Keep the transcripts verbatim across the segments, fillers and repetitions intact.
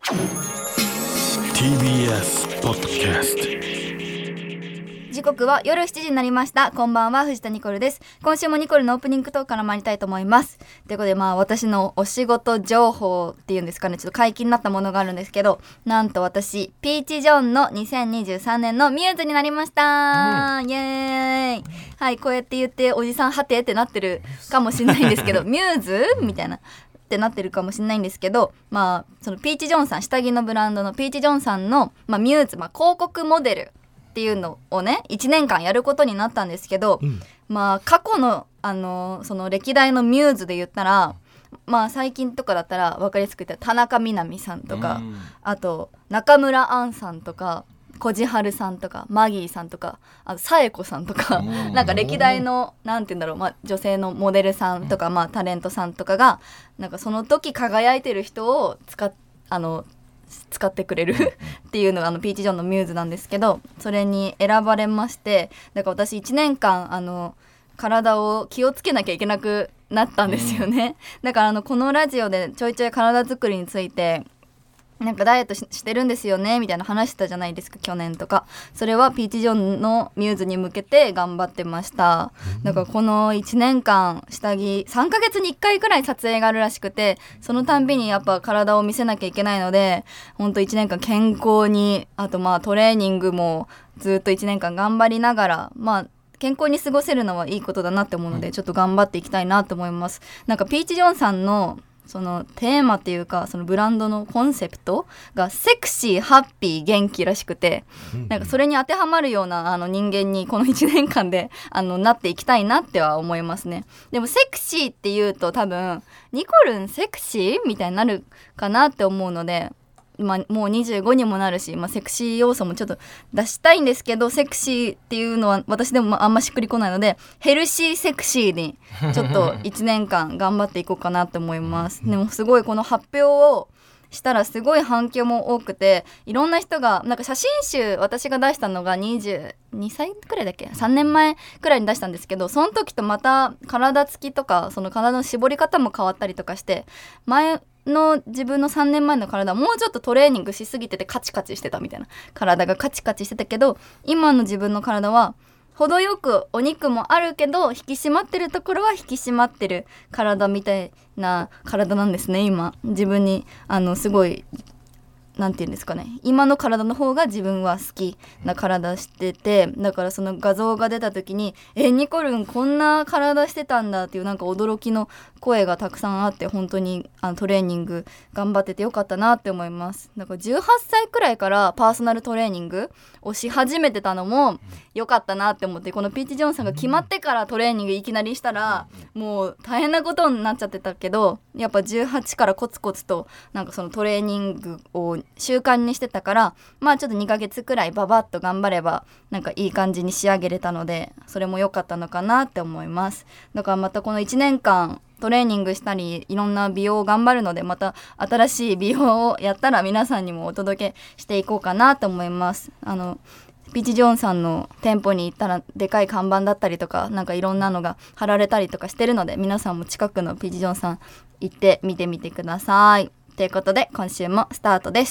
ティービーエス ポッドキャスト。 時刻は夜しちじになりました。こんばんは、藤田ニコルです。今週もニコルのオープニングトークから参りたいと思います。ということで、まあ私のお仕事情報っていうんですかね、ちょっと解禁になったものがあるんですけど、なんと私ピーチ・ジョンのにせんにじゅうさんねんのミューズになりました、うん、イエーイ。はい、こうやって言っておじさんはてってなってるかもしれないんですけどミューズみたいなってなってるかもしれないんですけど、まあそのピーチ・ジョンさん、下着のブランドのピーチ・ジョンさんの、まあ、ミューズ、まあ、広告モデルっていうのをねいちねんかんやることになったんですけど、うん、まあ過去の、あのー、その歴代のミューズで言ったら、まあ最近とかだったら分かりやすく言ったら田中みな実さんとか、うん、あと中村アンさんとかこじはるさんとかマギーさんとか、あとさえこさんとか、うん、なんか歴代のなんて言うんだろう、まあ、女性のモデルさんとか、まあ、タレントさんとかがなんかその時輝いてる人を使っあの使ってくれるっていうのがあのピーチ・ジョンのミューズなんですけど、それに選ばれまして、だから私いちねんかんあの体を気をつけなきゃいけなくなったんですよね、うん、だからあのこのラジオでちょいちょい体作りについてなんかダイエット し, してるんですよねみたいな話したじゃないですか、去年とか。それはピーチ・ジョンのミューズに向けて頑張ってました。だからこのいちねんかん下着さんかげつにいっかいくらい撮影があるらしくて、そのたんびにやっぱ体を見せなきゃいけないので、ほんといちねんかん健康に、あとまあトレーニングもずっといちねんかん頑張りながら、まあ健康に過ごせるのはいいことだなって思うので、ちょっと頑張っていきたいなと思います。なんかピーチ・ジョンさんのそのテーマっていうか、そのブランドのコンセプトがセクシー、ハッピー、元気らしくて、なんかそれに当てはまるようなあの人間にこのいちねんかんであのなっていきたいなっては思いますね。でもセクシーっていうと多分ニコルンセクシーみたいになるかなって思うので、まあ、もうにじゅうごにもなるし、まあ、セクシー要素もちょっと出したいんですけど、セクシーっていうのは私でもあんましっくりこないので、ヘルシーセクシーにちょっといちねんかん頑張っていこうかなと思いますでもすごいこの発表をしたらすごい反響も多くて、いろんな人がなんか写真集、私が出したのがにじゅうにさいくらいだっけ、さんねんまえくらいに出したんですけど、その時とまた体つきとかその体の絞り方も変わったりとかして、前の自分のさんねんまえの体はもうちょっとトレーニングしすぎててカチカチしてたみたいな、体がカチカチしてたけど、今の自分の体は程よくお肉もあるけど引き締まってるところは引き締まってる体みたいな体なんですね。今自分にあのすごいなんていうんですかね、今の体の方が自分は好きな体してて、だからその画像が出た時にえニコルンこんな体してたんだっていうなんか驚きの声がたくさんあって、本当にあのトレーニング頑張っててよかったなって思います。だからじゅうはっさいくらいからパーソナルトレーニングをし始めてたのもよかったなって思って、このピーチ・ジョンさんが決まってからトレーニングいきなりしたらもう大変なことになっちゃってたけど、やっぱじゅうはちからコツコツとなんかそのトレーニングを習慣にしてたから、まあちょっとにかげつくらいババッと頑張ればなんかいい感じに仕上げれたので、それも良かったのかなって思います。だからまたこのいちねんかんトレーニングしたりいろんな美容を頑張るので、また新しい美容をやったら皆さんにもお届けしていこうかなと思います。あのピーチ・ジョンさんの店舗に行ったらでかい看板だったりとかなんかいろんなのが貼られたりとかしてるので、皆さんも近くのピーチ・ジョンさん行って見てみてください。ということで今週もスタートです。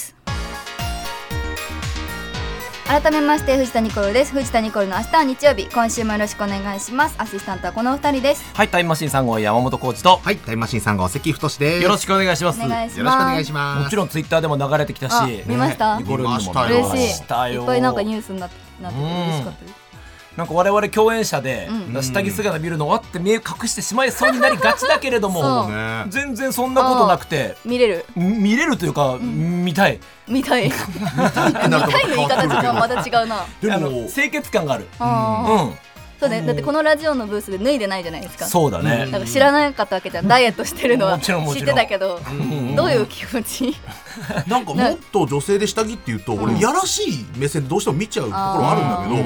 改めまして藤田ニコルです。藤田ニコルの明日は日曜日、今週もよろしくお願いします。アシスタントはこのお二人です。 はい、タイムマシーンさん号山本浩二と、 はい、タイムマシーンさん号関太です。 よろしくお願いします。 お願いします。 よろしくお願いします。 もちろんツイッターでも流れてきたし、 見ました、 ニコルにも見ましたよ。 嬉しい。いっぱいなんかニュースになってなってて嬉しかったです。 なんか我々共演者で、うん、下着姿見るのはって目隠してしまいそうになりがちだけれども全然そんなことなくて見れる見れるというか、うん、見たい見たい見たいの言い方とはまた違うな。 でも清潔感がある。 あ、うん、そうね、だってこのラジオのブースで脱いでないじゃないですか。 そうだね。 なんか知らなかったわけじゃん、ダイエットしてるのは知ってたけど、どういう気持ちなんかもっと女性で下着っていうと俺やらしい目線でどうしても見ちゃうところあるんだけど、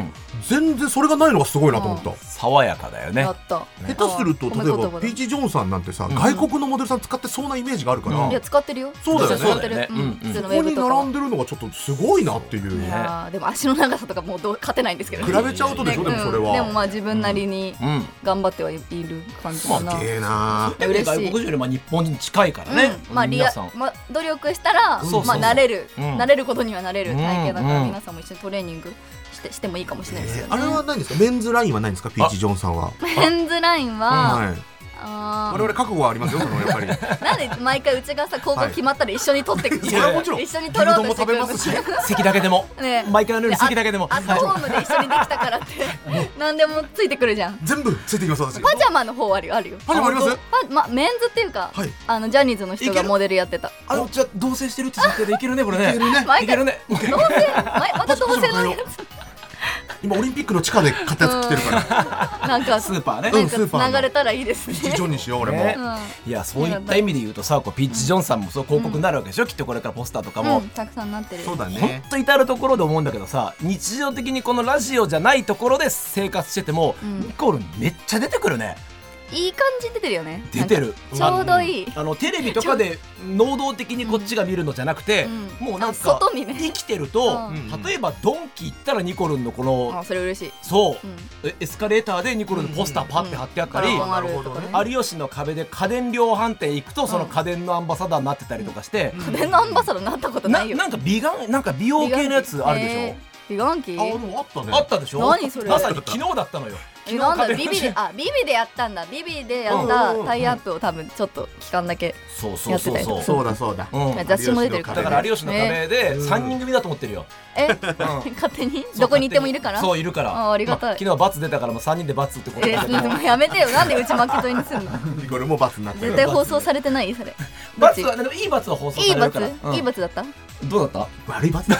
全然それがないのがすごいなと思った、 爽やかだよね。 やった、 ね、下手すると例えばピーチ・ジョンさんなんてさ、うん、外国のモデルさん使ってそうなイメージがあるから、うん、 いや使ってるよ。 そうだよね、 使ってる、うんうん、 そこに並んでるのがちょっとすごいなっていう、ね、 いやでも足の長さとかもうどう勝てないんですけど、 ね、比べちゃうとでしょ、ね、でもそれは、 うん、でもまあ自分なりに頑張ってはいる感じかな。 すげえな。 嬉しい。外国人よりまあ日本人近いからね、 うん、まあリア、まあ、努力したら、うん、まあ慣れる、うん、慣れることには慣れる体型だから、うん、皆さんも一緒にトレーニングしてしてもいいかもしれないですよね。 えー、あれは何ですか、メンズラインはないんですか、ピーチ・ジョンさんは。 メンズラインは、うん、はい、 あ我々覚悟はありますよ、そのやっぱり。 なんで毎回うちがさ高校決まったら一緒に取ってくる、 はい、それはもちろん一緒に取ろうとしてくるの。 席だけでも、ね、毎回のように席だけでも、 アットホームで一緒にできたからって何でもついてくるじゃん。 全部ついてきます私。 パジャマの方はあるよ、あるよ。 パジャマあります？ まメンズっていうか、はい、あのジャニーズの人がモデルやってた。 あのじゃ同棲してるって設定でいけるねこれね。いけるね。 いけるね。 同棲また同棲のやつ。 今オリンピックの地下で買ったやつ着てるから、 なんかスーパーね、 なんか繋がれたらいいですね。 ピッチジョンにしよう俺も、 ね、いやそういった意味で言うとさ、こうピッチジョンさんもそう広告になるわけでしょ、うん、きっとこれからポスターとかも、 うん、たくさんなってる。 そうだね。 ほんと至るところで思うんだけどさ、日常的にこのラジオじゃないところで生活してても、うん、ニコルめっちゃ出てくるね。 いい感じ出てるよね。 出てる。 ちょうどいい。 あのテレビとかで能動的にこっちが見るのじゃなくて、うん、もうなんか生きてると、うん、例えばドンキ行ったらニコルンのこの、 あそれ嬉しい。 そう、うん、エスカレーターでニコルンのポスターパッて貼ってあったり、有吉の壁で家電量販店行くとその家電のアンバサダーになってたりとかして、 家電のアンバサダーになったことないよ。 な, なんか美顔なんか美容系のやつあるでしょ。 美顔器？ あ、でもあったね。 あったでしょ。 何それ？ まさに昨日だったのよ。 えなんだビビであビビでやったんだ。ビビでやったタイアップを多分ちょっと期間だけやってたりとか。 そうだそうだ。 雑誌も出てるから。 だから有吉の壁で三人組だと思ってるよ。 え勝手にどこにいてもいるから。 そういるから。 あありがたい。 昨日バツ出たからもう三人でバツってこと。 えやめてよ。なんでうち負けとにすんの。 これもバツになってる。 絶対放送されてないそれ。 バツはでもいいバツは放送されるから。 いいバツだった？ どうだった？ 悪いバツだった。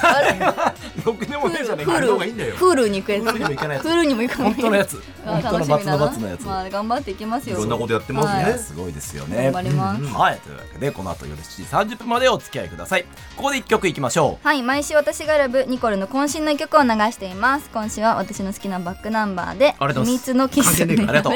ろくでもねえじゃねえか。 フールに行くやつ。フールにも行かない。フールにも行かない。 本当のやつ。本当のバツのバツのやつ。 まあ頑張っていきますよ。 いろんなことやってますね。 すごいですよね。 頑張ります。 はい、というわけでこの後夜しちじさんじゅっぷんまでお付き合いください。ここで一曲いきましょう。はい、毎週私が選ぶニコルの渾身の曲を流しています。今週は私の好きなバックナンバーで秘密のキス。 ありがとう。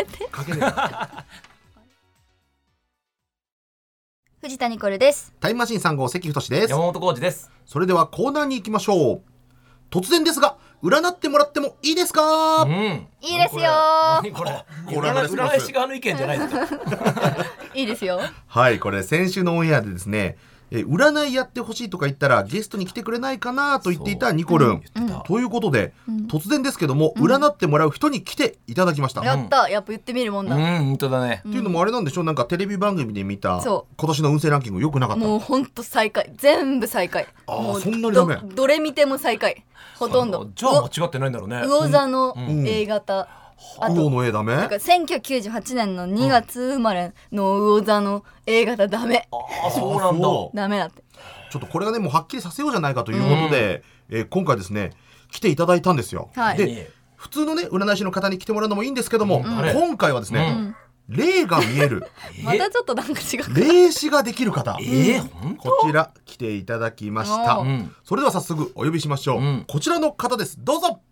藤田ニコルです。 タイムマシーンさん号関太です。 山本浩二です。 それではコーナーに行きましょう。突然ですが占ってもらってもいいですか？ うん、いいですよ。 何これ占い師側の意見じゃないですか？ いいですよ。 はい、これ先週のオンエアでですね、え占いやってほしいとか言ったらゲストに来てくれないかなと言っていたニコルン、うん、ということで、うん、突然ですけども、うん、占ってもらう人に来ていただきました。 やった、やっぱ言ってみるもんだ。 うん、本当だね。 っていうのもあれなんでしょう、なんかテレビ番組で見た今年の運勢ランキング良くなかった。 もうほんと最下位、全部最下位。 ああ、そんなにダメ。 ど, どれ見ても最下位、ほとんど。 じゃあ間違ってないんだろうね。 魚座の A 型、 うん、あと魚の A ダメ。 だからせんきゅうひゃくきゅうじゅうはちねんのにがつ生まれの魚座の A 型ダメ。 ああ、そうなんだ。 ダメだって。 ちょっとこれがねもうはっきりさせようじゃないかということで、うんえー、今回ですね来ていただいたんですよ、はい、で普通のね占い師の方に来てもらうのもいいんですけども、うん、今回はですね、うん霊が見えるまたちょっとなんか違う霊視ができる方、 えー、本当こちら来ていただきました、うん、それでは早速お呼びしましょう、うん、こちらの方です。どうぞ。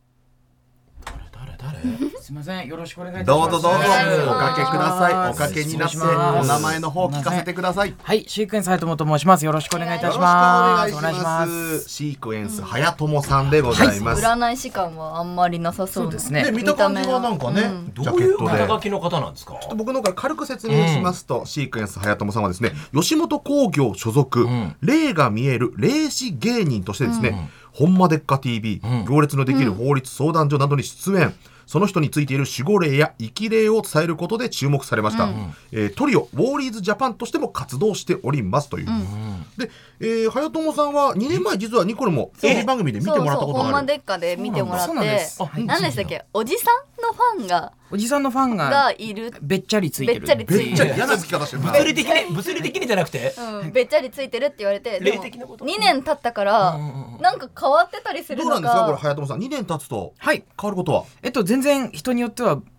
すみません、よろしくお願いいたします。 どうぞどうぞおかけください。おかけになってお名前の方聞かせてください。 はい、シークエンスはやともと申します。よろしくお願いいたします。 よろしくお願いします。シークエンスはやともさんでございます。 占い師感はあんまりなさそう。 そうですね。 見た感じはなんかね、 どういう肩書きの方なんですか。 ちょっと僕の方から軽く説明しますと、シークエンスはやともさんはですね、吉本興業所属、霊が見える霊視芸人としてですね、ほんまでっか ティーブイ、行列のできる法律相談所などに出演。その人についている守護霊や生き霊を伝えることで注目されました、うんえー、トリオウォーリーズジャパンとしても活動しておりますという、うん、で、えー、はやともさんはにねんまえ実はニコルもテレビ番組で見てもらったことがある。そうそう、ほんまでっかで見てもらって、何でしたっけ、おじさんのファンがおじさんのファンががいる、 べっちゃりついてる、 べっちゃりついてる、 嫌な付き方してる。 物理的に物理的にじゃなくて、 うん、べっちゃりついてるって言われて、でもにねん経ったから、うんうんうん、なんか変わってたりするのか。 どうなんですかこれ、はやともさんにねん経つと変わることは、はい、 えっと全然人によっては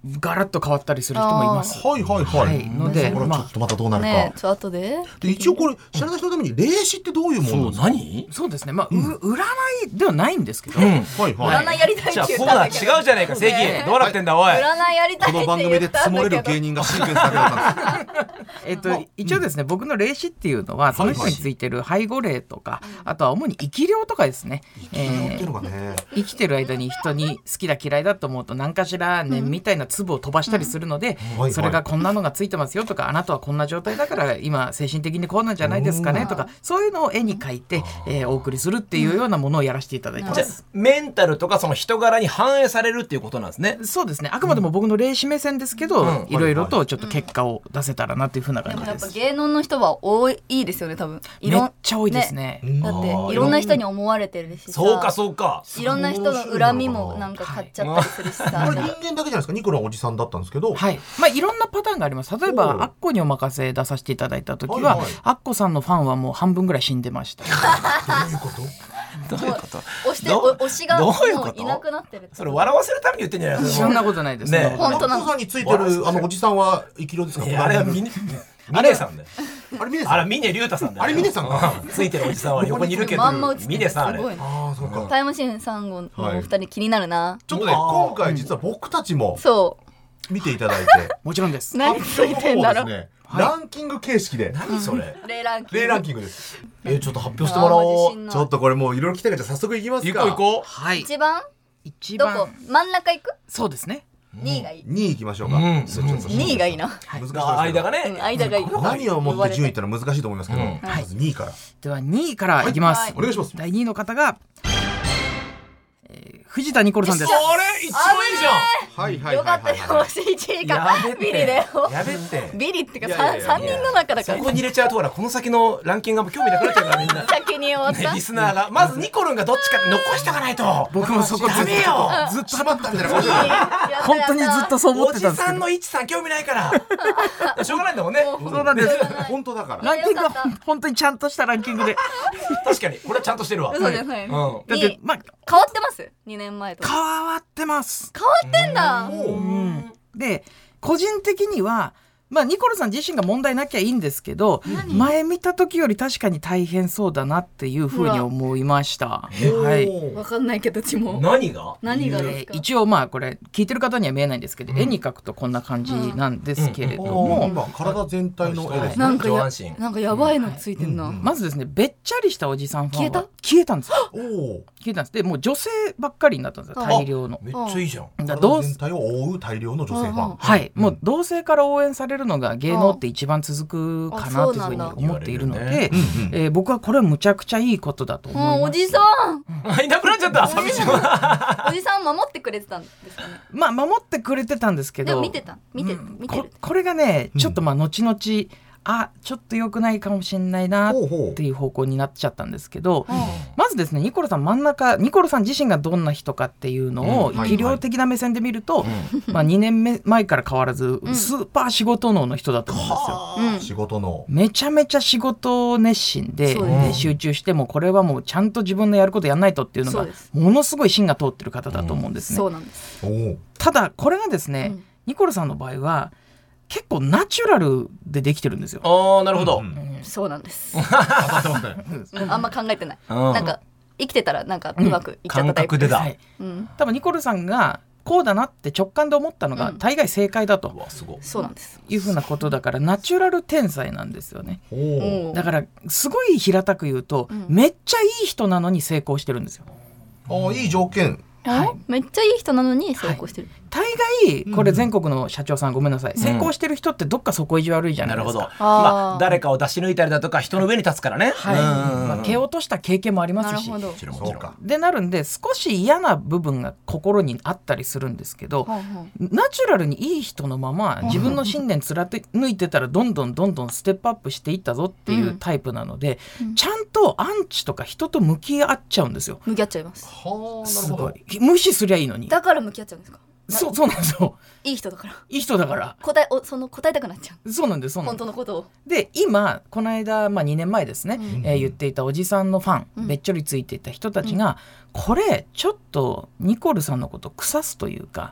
ガラッと変わったりする人もいます。 はいはいはい、 はいのでこれちょっとまたどうなるか、 ねちょっと後でで一応これ知らない人のために霊視ってどういうものなんですか？ 何そうですね、まあ、う占いではないんですけど、 うんはいはい占いやりたいじゃあってコーナー言ったんだけど違うじゃないか関どうなってんだおい。 占いやりたいって言ったんだけどこの番組で積もれる芸人がシークエンスだけだったんですえっと、一応ですね、僕の霊視っていうのはその人についてる背後霊とか、あとは主に生き量とかですね、えっていうーのがね、 生きてる間に人に好きだ嫌いだと思うと何かしら念みたいな粒を飛ばしたりするので、 はいそれがこんなのがついてますよとか、あなたはこんな状態だから今精神的にこうなんじゃないですかねとか、そういうのを絵に描いて、えーお送りするっていうようなものをやらせていただいてまじゃあす。 メンタルとかその人柄に反映されるっていうことなんですね。 そうですね、あくまでも僕の霊視目線ですけど、 うんいろいろとちょっと結果を出せたらなというふうなでもやっぱ感じです。 芸能の人は多いですよね多分いめっろんちゃ多いですね。 だっていろんな人に思われてるしさそうかそうか。 いろんな人の恨みもなんか買っちゃったりするしさ、 これ人間だけじゃないですか。ニコルはおじさんだったんですけど、 はい、まあいろんなパターンがあります。例えばおうアッコにお任せ出させていただいた時は、 はいはいアッコさんのファンはもう半分ぐらい死んでました。 どういうこと？ どういうこと？ 推してどお推しがどもういうことういなくなってるってそれ笑わせるために言ってんじゃないですか。 そんなことないですねね。 本当なのアッコさんについてるあのおじさんは生き量ですか？ いやあれはミネミネさんだよ。 あれミネさん。 あれ峰竜太さんだよ。 あれ峰さんかうついてるおじさんは横にいるけどまんま映ってる峰さんあれすごいねああそうか。 タイムシーンさん号のお二人気になるな、 ちょっとね今回実は僕たちもそ見ていただいて、 もちろんですう。何ついてんだろう、 ですね。ランキング形式で何それ。 レイランキング例ランキングです。 えちょっと発表してもらおう。 ちょっとこれもういろいろ来てるからじゃあ早速いきますか。 行こう行こはい。 一番一番どこ真ん中行くそうですね。 にいがいい、 にい行きましょうか。 うんじゃあちょっとにいがいいな、 難しいですう。 ね間がね。 うん、間がいい何をもって順位ってのは難しいと思いますけど、 うんまずにいからではにいからいきます。 はいお願いします。 だいにいの方が、えー藤田ニコルさんです。 あれ一番いいじゃん。 はいはいよかったよ、もしいちいかやべってビリだよやべって。 ビリってかいやいやいやさんにんの中だからそこに入れちゃうとほらこの先のランキングが興味なくなっちゃうからみんな。 先に終わっねた、 リスナーがまずニコルンがどっちかって残しとかないと。 僕もそこダメよ。 ずっとしまったみたいな感じで。 本当にずっとそう思おってたんですけどじさんの。いちさん興味ないから。しょうがないんだもんね。 そうなんです。 本当だから。 ランキングはよかった本当にちゃんとしたランキングで。 確かにこれはちゃんとしてるわ。 嘘じゃない、 うん。 だっにてまあ変わってますにねんまえと変わってます。 変わってんだ、 うんで個人的には、まあ、ニコルさん自身が問題なきゃいいんですけど、前見た時より確かに大変そうだなっていうふうに思いました。はいわかんないけどちも何が？ 何がですか、 えー一応まあこれ聞いてる方には見えないんですけど、絵に描くとこんな感じなんですけれども、 今体全体の絵ですね。 なんかや上半身なんかやばいのついてんな、 まずですねべっちゃりしたおじさんファンは消えた消えたんですよ。 おお。 消えたんです。でもう女性ばっかりになったんですよ、 あ大量の。 めっちゃいいじゃん。 だからどう体全体を覆う大量の女性ファン。 はい、もう同性から応援されるのが芸能って一番続くかなというふうに思っているのあそうなんで、えー僕はこれはむちゃくちゃいいことだと思います。 もうおじさんあいなくなっちゃった。寂しいわ。 おじさん守ってくれてたんですかねまあ守ってくれてたんですけど、 でも見てた見て見てこるこれがねちょっとまあ後々、あちょっと良くないかもしれないなっていう方向になっちゃったんですけど、まずですねニコルさん真ん中ニコルさん自身がどんな人かっていうのをうん医療的な目線で見ると、まあ、にねんめ前から変わらずスーパー仕事能の人だと思うんですよ。 うん仕事の。 めちゃめちゃ仕事熱心で、 そうで集中してもこれはもうちゃんと自分のやることやんないとっていうのがそうですものすごい芯が通ってる方だと思うんですね。 そうなんですおお。 ただこれがですね、 うんニコルさんの場合は結構ナチュラルでできてるんですよ。 ああなるほど。 そうなんです当たってますね。 うんあんま考えてないうんなんか生きてたらなんかうまくいっちゃった感タイプ覚でだ。 はい、 うん多分ニコルさんがこうだなって直感で思ったのがうん大概正解だとうわすごい。 そうなんですいうふうなことだからナチュラル天才なんですよね。 おお。 おだからすごい平たく言うと、 うんめっちゃいい人なのに成功してるんですよ。 ああいい条件。 はいおめっちゃいい人なのに成功してる大概これ全国の社長さんごめんなさい、成功してる人ってどっか底意地悪いじゃなですか。 ないるほど。 あーまあ誰かを出し抜いたりだとか人の上に立つからね。 はい、まあ、蹴落とした経験もありますしなるほどもちろんもちろん。 そうか。 でなるんで少し嫌な部分が心にあったりするんですけど、 ほんほんナチュラルにいい人のまま自分の信念貫いてたらどんどんどんどんステップアップしていったぞっていうタイプなので、ちゃんとアンチとか人と向き合っちゃうんですよ。 向き合っちゃいますはあなするほど。 ごい無視すりゃいいのに。 だから向き合っちゃうんですかそうそうなんですよ。 いい人だからいい人だから。 答えおその答えたくなっちゃうそうなんですそうなん本です当のことをで今この間、まあ、にねんまえですね、えー言っていたおじさんのファン、 うんべっちょりついていた人たちが、これちょっとニコルさんのこと腐すというか、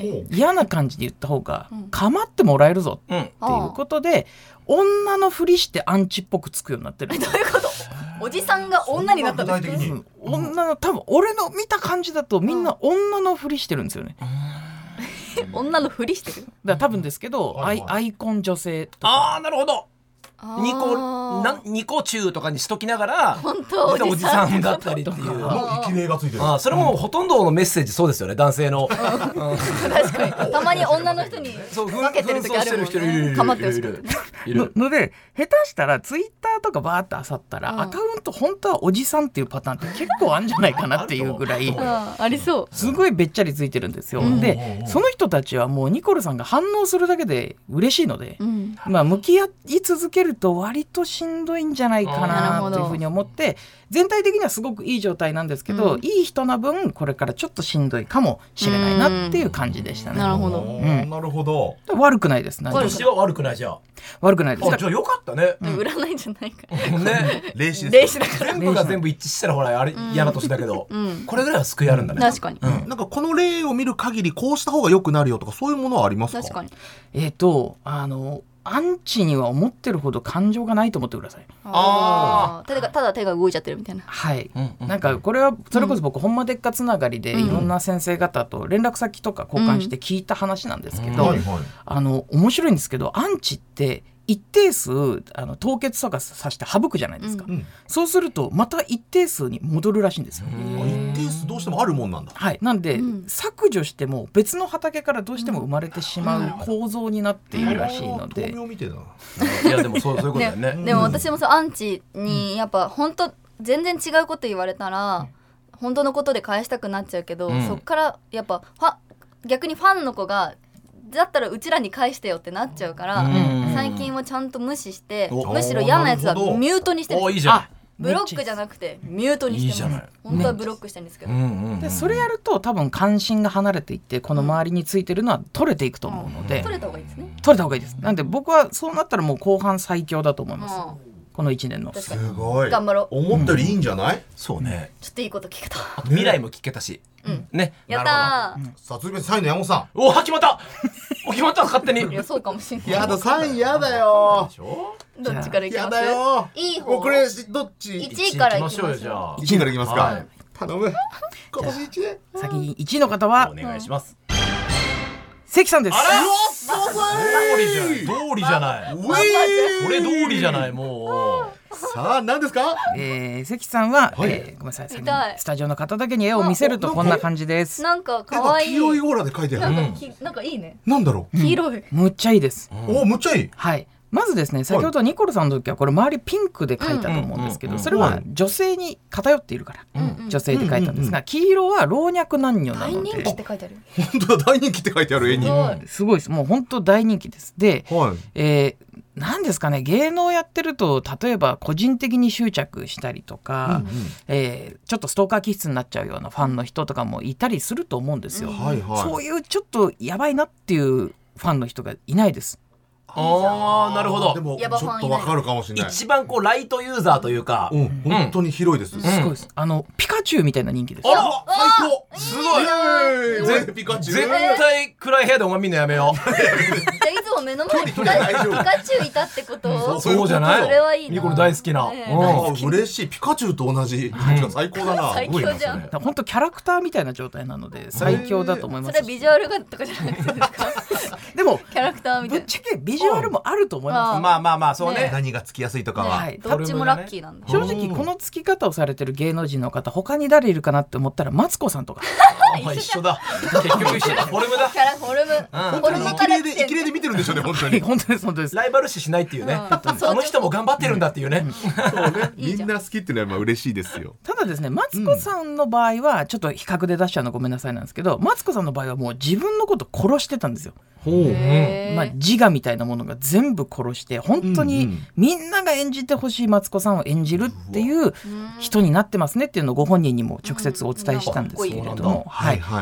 嫌な感じで言った方が構ってもらえるぞっていうことで、女のふりしてアンチっぽくつくようになってる。 どういうこと？おじさんが女になったんですか？ 女の多分俺の見た感じだとみんな女のふりしてるんですよね。 女のふりしてる？ だから多分ですけど、アイ、アイコン女性とか。 ああなるほど。ニコなニコ中とかにしときながら本当おじさんだったりっていうの記名がついてる。 あそれもほとんどのメッセージそうですよね、男性の。 確かにたまに女の人に分けてる時あるもんね。かまってほしくてね。 ので下手したらツイッターとかバーって漁ったら、アカウント本当はおじさんっていうパターンって結構あるんじゃないかなっていうぐらいありそう。 すごいべっちゃりついてるんですよ。でその人たちはもうニコルさんが反応するだけで嬉しいので、まあ向き合い続けると割としんどいんじゃないかなというふうに思って、全体的にはすごくいい状態なんですけど、いい人な分これからちょっとしんどいかもしれないなっていう感じでしたね。 なるほど、 なるほど。 悪くないです。 私は悪くないじゃん。 悪くないです。 じゃあよかったね。 占いじゃないからね。 霊視です。 霊視だから。 全部が全部一致したらほらあれ嫌な年だけど、これぐらいは救いあるんだね。 確かに。 なんかこの例を見る限りこうした方が良くなるよとかそういうものはありますか？ 確かに。 えっとあのアンチには思ってるほど感情がないと思ってください。 ああ、ただただ手が動いちゃってるみたいな。 はい、うんうん、なんかこれはそれこそ僕、うん、ほんまでっかつながりでいろんな先生方と連絡先とか交換して聞いた話なんですけど、うん、あの面白いんですけど、アンチって一定数あの凍結とかさして省くじゃないですか、うん、そうするとまた一定数に戻るらしいんですよ。 一定数どうしてもあるもんなんだ。 はい、なんで、うん、削除しても別の畑からどうしても生まれてしまう構造になっているらしいので、 豆苗みてえだな。 いやでもそう、そういうことだよね。 ね、でも私もそうアンチにやっぱ本当全然違うこと言われたら本当のことで返したくなっちゃうけど、うん、そっからやっぱファ逆にファンの子がだったらうちらに返してよってなっちゃうから、うん、最近はちゃんと無視してむしろ嫌なやつはミュートにしてる。 いいじゃん。 ブロックじゃなくてミュートにしてます。本当はブロックしたいんですけど、 でそれやると多分関心が離れていってこの周りについてるのは取れていくと思うので、 うん、取れた方がいいですね。 取れた方がいいです。なんで僕はそうなったらもう後半最強だと思います、うん、このいちねんの。 すごい頑張ろう。 思ったよりいいんじゃない、うん、 そうね。 ちょっといいこと聞けた。 あと未来も聞けたし、うん、ね。 やったー。 さあ続いてさんいの山本さん。 おお決まったもう決まった勝手に。 いやそうかもしれない。 やださんいやだよ。 どっちからいきます？ やだよ。 いい方。 これどっち？ いちいからいきましょうよ。 じゃあいちいからいきますか、はい、頼む。今年いちねん先にいちいの方はお願いします。 関さんです。 あら通りじゃない通りじゃないそれ通りじゃないもう。 さあ何ですか？ えー、関さんは、はい、えー、ごめんなさい、スタジオの方だけに絵を見せるとこんな感じです。 なんか可愛い。 黄色いオーラで描いてある。 なんか、うん、なんかいいね。 なんだろう。 黄色い。 うん、むっちゃいいです。 うん、おむっちゃいい。 はい。まずですね、先ほどニコルさんの時はこれ周りピンクで描いたと思うんですけど、それは女性に偏っているから、うん、女性で描いたんですが、黄色は老若男女なので。 大人気って書いてある。 本当だ、大人気って書いてある絵に。 すごいです。もう本当大人気です。で、 はい、 えーなんですかね、芸能やってると例えば個人的に執着したりとか、うんうん、えー、ちょっとストーカー気質になっちゃうようなファンの人とかもいたりすると思うんですよ、 うんはいはい、 そういうちょっとやばいなっていうファンの人がいないです。 あーなるほど。 でもちょっとわかるかもしれない。 一番こうライトユーザーというか、 うん、本当に広いです、うん、 すごいです。あのピカチュウみたいな人気です。 あら最高。 すごい。絶ピカチュウ絶対暗い部屋でお前見んのやめよう。 じゃあいつも目の前にピカチュウいたってこと？ そうじゃない。 それはいいな。 ニコル大好きな、 えー、うん、嬉しい。ピカチュウと同じ、うん、最高だな。 最強じゃん。 本当キャラクターみたいな状態なので最強だと思います。 それビジュアルがとかじゃなくてですか？ でもキャラクターみたいな。 ぶっちゃけビジュアルもあると思います。 まあまあまあそうね。 何がつきやすいとかは、 はい、どっちもラッキーなんだ。 正直このつき方をされてる芸能人の方他に誰いるかなって思ったらマツコさんとか。 一緒だ。結局一緒だ。フォルムだ。 キャラフォルム。 本当にイキレでイキレで見てるんでしょうね本当に。 本当です本当です。 ライバル視しないっていうね。その人も頑張ってるんだっていうね。 そうね。みんな好きっていうのはまあ嬉しいですよ。 ただですね、マツコさんの場合はちょっと比較で出しちゃうのごめんなさいなんですけど、マツコさんの場合はもう自分のこと殺してたんですよ。 ほう。 まあ自我みたいなものが全部殺して本当にみんなが演じてほしいマツコさんを演じるっていう人になってますねっていうのをご本人にも直接お伝えしたんですけれども、はい。関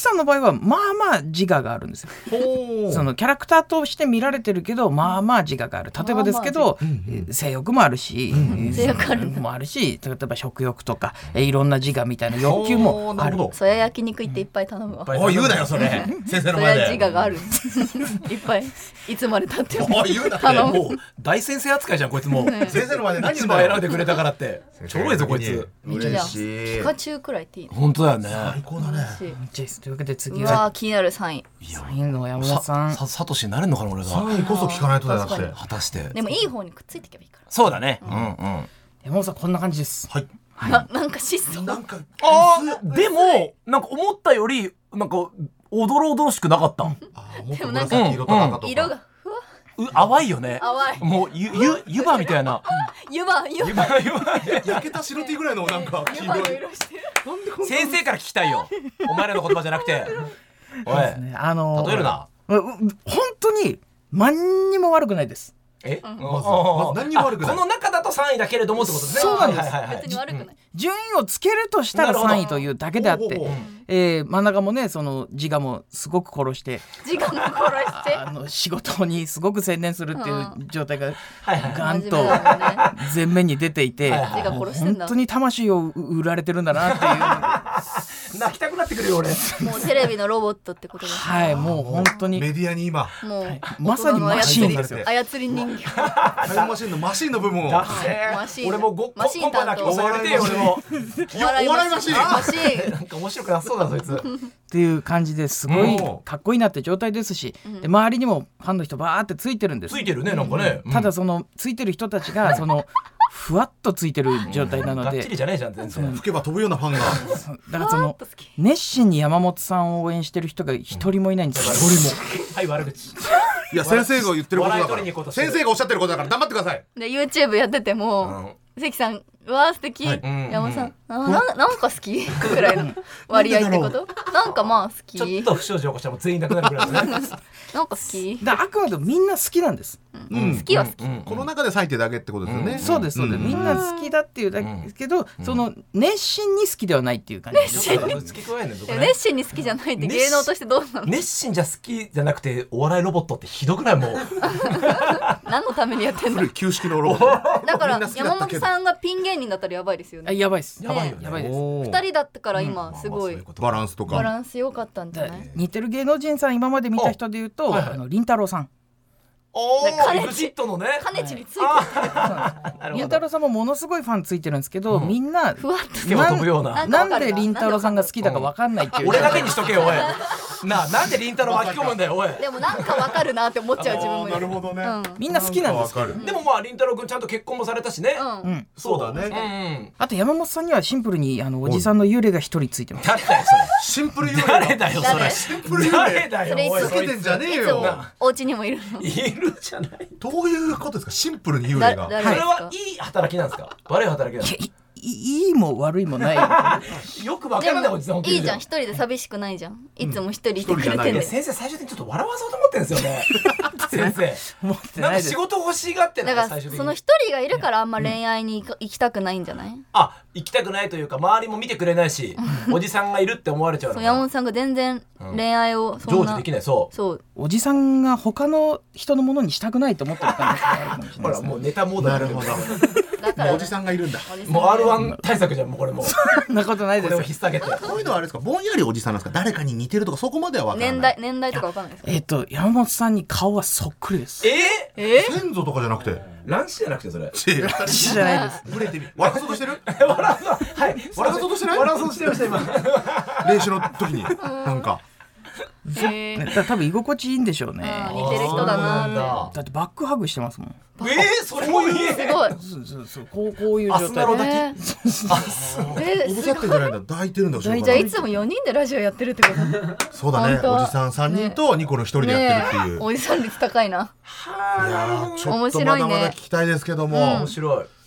さんの場合はまあまあ自我があるんですよ。そのキャラクターとして見られてるけどまあまあ自我がある。例えばですけど、まあまあ性欲もあるし、うんうん、性欲あるもあるし、例えば食欲とかいろんな自我みたいな欲求もある。 そや焼肉行っていっぱい頼むわ。 おい言うなよそれ先生の前で。 そや自我があるいっぱいいつまで経ってもおい言うなってもう大先生扱いじゃんこいつもう先生の前で何一番選んでくれたからって超いいぞこいつ。 嬉しい。 ピカチュウくらいっていいの。 本当だよね。 最高だね。 というわけで次うわ気になるさんい。 さんいの山本さん。 さサトシになれるのかな俺が。 さんいこそ聞かないとだよだって。 果たして。 でもいい方にくっついていけばいいから。 そうだね。うんうん。 山本さんこんな感じです。 はい。 な, なんか質素なんかあーでもなんか思ったよりなんかおどろおどろしくなかった。 あもっと紫色とか赤とか色がふわう淡いよね。 淡いもうゆゆ湯葉みたいな。 湯葉湯湯葉葉湯葉。 焼けた白 T ぐらいのなんか黄湯葉の色い。 色してる。 先生から聞きたいよ。お前らの言葉じゃなくて。おい。 あのー、 例えるな。 本当に何にも悪くないです。 え、 まずまず何にも悪くない。 この中だとさんいだけれどもってことですね。 そうなんです。 別に悪くない。 順位をつけるとしたらさんいというだけであって、えー、真ん中もねその自我もすごく殺して自我も殺してあの仕事にすごく専念するっていう状態がはいはいガンと前面に出ていて、 自我殺してんだ。 本当に魂を売られてるんだなっていう泣きたくなってくるよ俺。 もうテレビのロボットってことです。 はいもう本当にメディアに今もうまさにマシンですよ。 操り人形。 タイムマシンのマシンの部分を。 だせマシン俺もごマシンコンパだけ担当抑えれてよ俺も。 お笑いマシン。 マシンマシンなんか面白くなそうだそいつ。 っていう感じですごいかっこいいなって状態ですし、で周りにもファンの人バーってついてるんです。 ついてるねなんかね。 ただそのついてる人たちがそのふわっとついてる状態なので、 がっちりじゃねえじゃん全然。 吹けば飛ぶようなファンが。 だからその熱心に山本さんを応援してる人が一人もいないんですよ。 一人も。はい悪口。 いや先生が言ってることだか笑い取りに行こうら。 としてる先生がおっしゃってることだから黙ってください。 で YouTube やってても関さんうわー素敵はい山本さんあななんか好きぐらいの割合ってこと？なんかまあ好き。 ちょっと不祥事起こしたらもう全員いなくなるぐらいですね。 なんか好き。 だからあくまでもみんな好きなんです。 うん好きは好き。 この中で最低だけってことですよね。 そうですそうです、みんな好きだっていうだけですけど、その熱心に好きではないっていう感じです。 ちょっと付け加えんねんそこね。 熱心に好きじゃないって芸能としてどうなの？ 熱心じゃ好きじゃなくてお笑いロボットってひどくないもう。 何のためにやってんの？ 古い旧式のロボット。 だからみんな好きだ山ったけど本さんがピン芸人だったらやばいですよあね。 やばいです。 やばいよね。 やばいです。 おー二人だったから今すごいバランスとか。 バランス良かったんじゃない？ 似てる芸能人さん今まで見た人で言うと、 はいはいあのりんたろーさん。 おだからーエグジットのね。 かねちについてりんたろーさんもものすごいファンついてるんですけど、みんなふわっとつけば飛ぶような。 なんでりんたろーさんが好きだかわかんないっていう。 俺だけにしとけよおい。なあなんでりんたろー巻き込むんだよおい。 でもなんかわかるなって思っちゃう自分もいなるほどね。 みんな好きなんですよ。 わかる。 でもまありんたろーくんちゃんと結婚もされたしね。 うんうんそうだね。 うん。 あと山本さんにはシンプルにあのおじさんの幽霊が一人ついてます。 誰だよそれ。 シンプル幽霊。 誰だよそれ。 誰シンプル幽霊。 誰だよおい。 それいつつけてんじゃねえいつもよ。 お家にもいるの。 いるじゃない。 どういうことですかシンプルに幽霊が。 だ誰それはいい働きなんですか悪い働きなんですか。 いいいいも悪いもない。 よくわかでらないおじさんも本当にいいじゃん一人で寂しくないじゃん。いつも一人いてくれ一人じゃないいやてんで。 先生最終的にちょっと笑わそうと思ってるんですよね。先生。 思ってなんかないです仕。事欲しがってないだから最終的に。 その一人がいるからあんま恋愛に行か行きたくないんじゃない？ あ行きたくないというか周りも見てくれないしおじさんがいるって思われちゃうのかな。 そう山本さんが全然恋愛をそんな成就できないそう。 そうおじさんが他の人のものにしたくないと思ってる可能性があるかもしれほないですね。 らもうネタモードにってなるほど。 だからおじさんがいるんだ。 もう アールワン 対策じゃんもうこれもうそんなことないこれをです。 引っ提げて。 こういうのはあれですかぼんやりおじさんなんですか誰かに似てるとかそこまでは分からない。 年代年代とかわかんないですか？ えっと山本さんに顔はそっくりです。 ええ先祖とかじゃなくて。 ー、乱視じゃなくてそれ。 じゃないです。 ブレてみ。笑かそうとしてる？ 笑わそうはい笑かそうとしてない？ 笑わそうとしてました今。 練習の時になんか。 えね、だ多分居心地いいんでしょうね。 あー似てる人だなーあだってバックハグしてますもん。 えー、それもいい。 すごい。 そうそうそうこうこういうア状態で。 スナロ抱き。 えーえおぼさってんじゃないんだ抱いてるんだ後ろからじゃあいつもよにんでラジオやってるってことそうだね本当おじさんさんにんとニコルひとりでやってるっていう、 ねえおじさん率高いな。 いやーちょっとま面白いねだまだ聞きたいですけども、 面白い。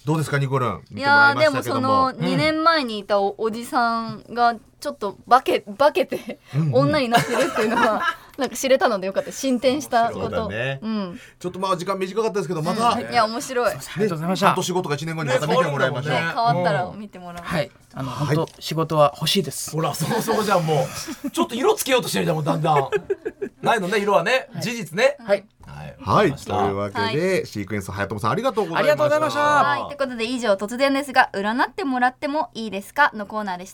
どうですかニコルン、見いてもらやーでもいましたけども。 そのにねんまえにいた お, おじさんがちょっと化け化けて女になってるっていうのはなんか知れたのでよかった。進展したこそうだと、 ねうんちょっとまあ時間短かったですけど、また、 いや面白い、ね、 ありがとうございました半年後とかいちねんごにまた見てもらいましょう。 ね変わったら見てもらう、 はいあのはい本当仕事は欲しいですほらそもそもじゃあもうちょっと色つけようとしてるじゃんもうだんだんないのね色はね、事実ねはいはいはい、 わかりましたというわけで、シークエンス早友さんありがとうございました。 ありがとうございましたはいということで以上突然ですが占ってもらってもいいですかのコーナーでした。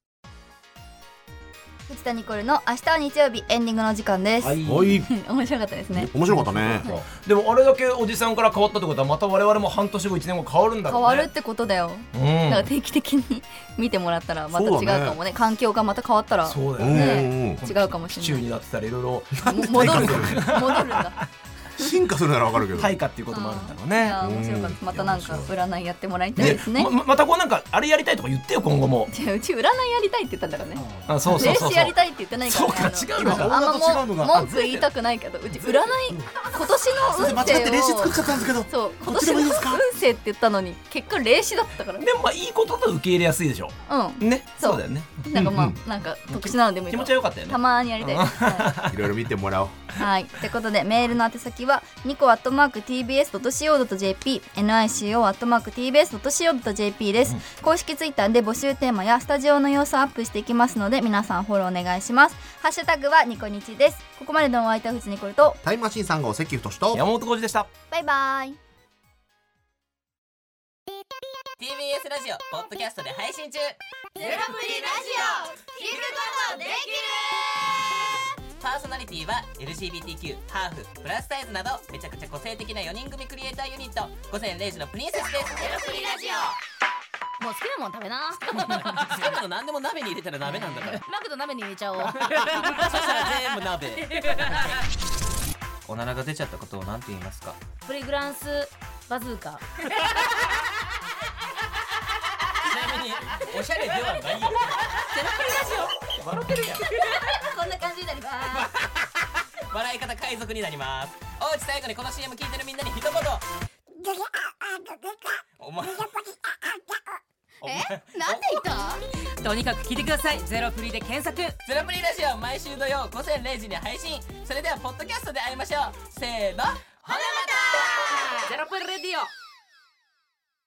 藤田ニコルの明日は日曜日エンディングの時間です、 はいおい、 面白かったですね。 面白かったね。 でもあれだけおじさんから変わったってことはまた我々も半年後いちねんご変わるんだろうね。 変わるってことだよ、 うんだから定期的に見てもらったらまた違うかもね。環境がまた変わったらうんそうだよね。 ね違うかもしれない。 シチューになってたらいろいろも戻る戻るんだ。 進化するならわかるけど。 対価っていうこともあるんだろういね。 や面白かった。またなんか占いやってもらいたいねですね。 ままたこうなんかあれやりたいとか言ってよ今後も。 違ううち占いやりたいって言ったんだからね。 あそうそうそうそう。 霊視やりたいって言ってないからね。 そうか違うのかあのあんま大型違うのがも文句言いたくないけどうち占い今年の運間違って霊視作っち勢をゃったんですけど。 そう今こっちで年の運もいいですか勢って言ったのに結果霊視だったからね。 でもまあいいことと受け入れやすいでしょ。 うんね。 そうそうだよね。 なんかまあなんか特殊なのでもいい気か持ちは良かったよねた。まにやりたいです。はいろいろ見てもらおう。 はい、ってことでメールの宛先はニコアットマーク ティービーエスドットシーオードットジェーピー ニコアットマーク ティービーエスドットシーオードットジェーピー です、公式ツイッターで募集テーマやスタジオの様子をアップしていきますので皆さんフォローお願いします。ハッシュタグはニコニチです。ここまでのお相手は藤ニコルとタイムマシーンさん号関太と。 山本浩二でした。 バイバイ。 ティービーエス ラジオポッドキャストで配信中。 ゼロプリラジオ聞くことできる。 パーソナリティは エルジービーティーキュー、ハーフ、プラスサイズなどめちゃくちゃ個性的なよにん組クリエイターユニット午前れいじのプリンセスです。ゼロプリラジオもう好きなもん食べな。 好きなの何でも鍋に入れたら鍋なんだから。 マクド鍋に入れちゃおう。 そしたら全部鍋。おならが出ちゃったことを何て言いますか？ プリグランスバズーカ。 ちなみにおしゃれではないよ。ゼロプリラジオ笑ってるやん。 こんな感じになります。 笑い方海賊になります。おうち最後にこの シーエム 聞いてるみんなに一言。お前え、なんで言った？とにかく聞いてください。ゼロプリで検索。 ゼロプリラジオ毎週土曜午前れいじに配信。それではポッドキャストで会いましょう。せーの、ほなまた。 ゼロプリレディオ。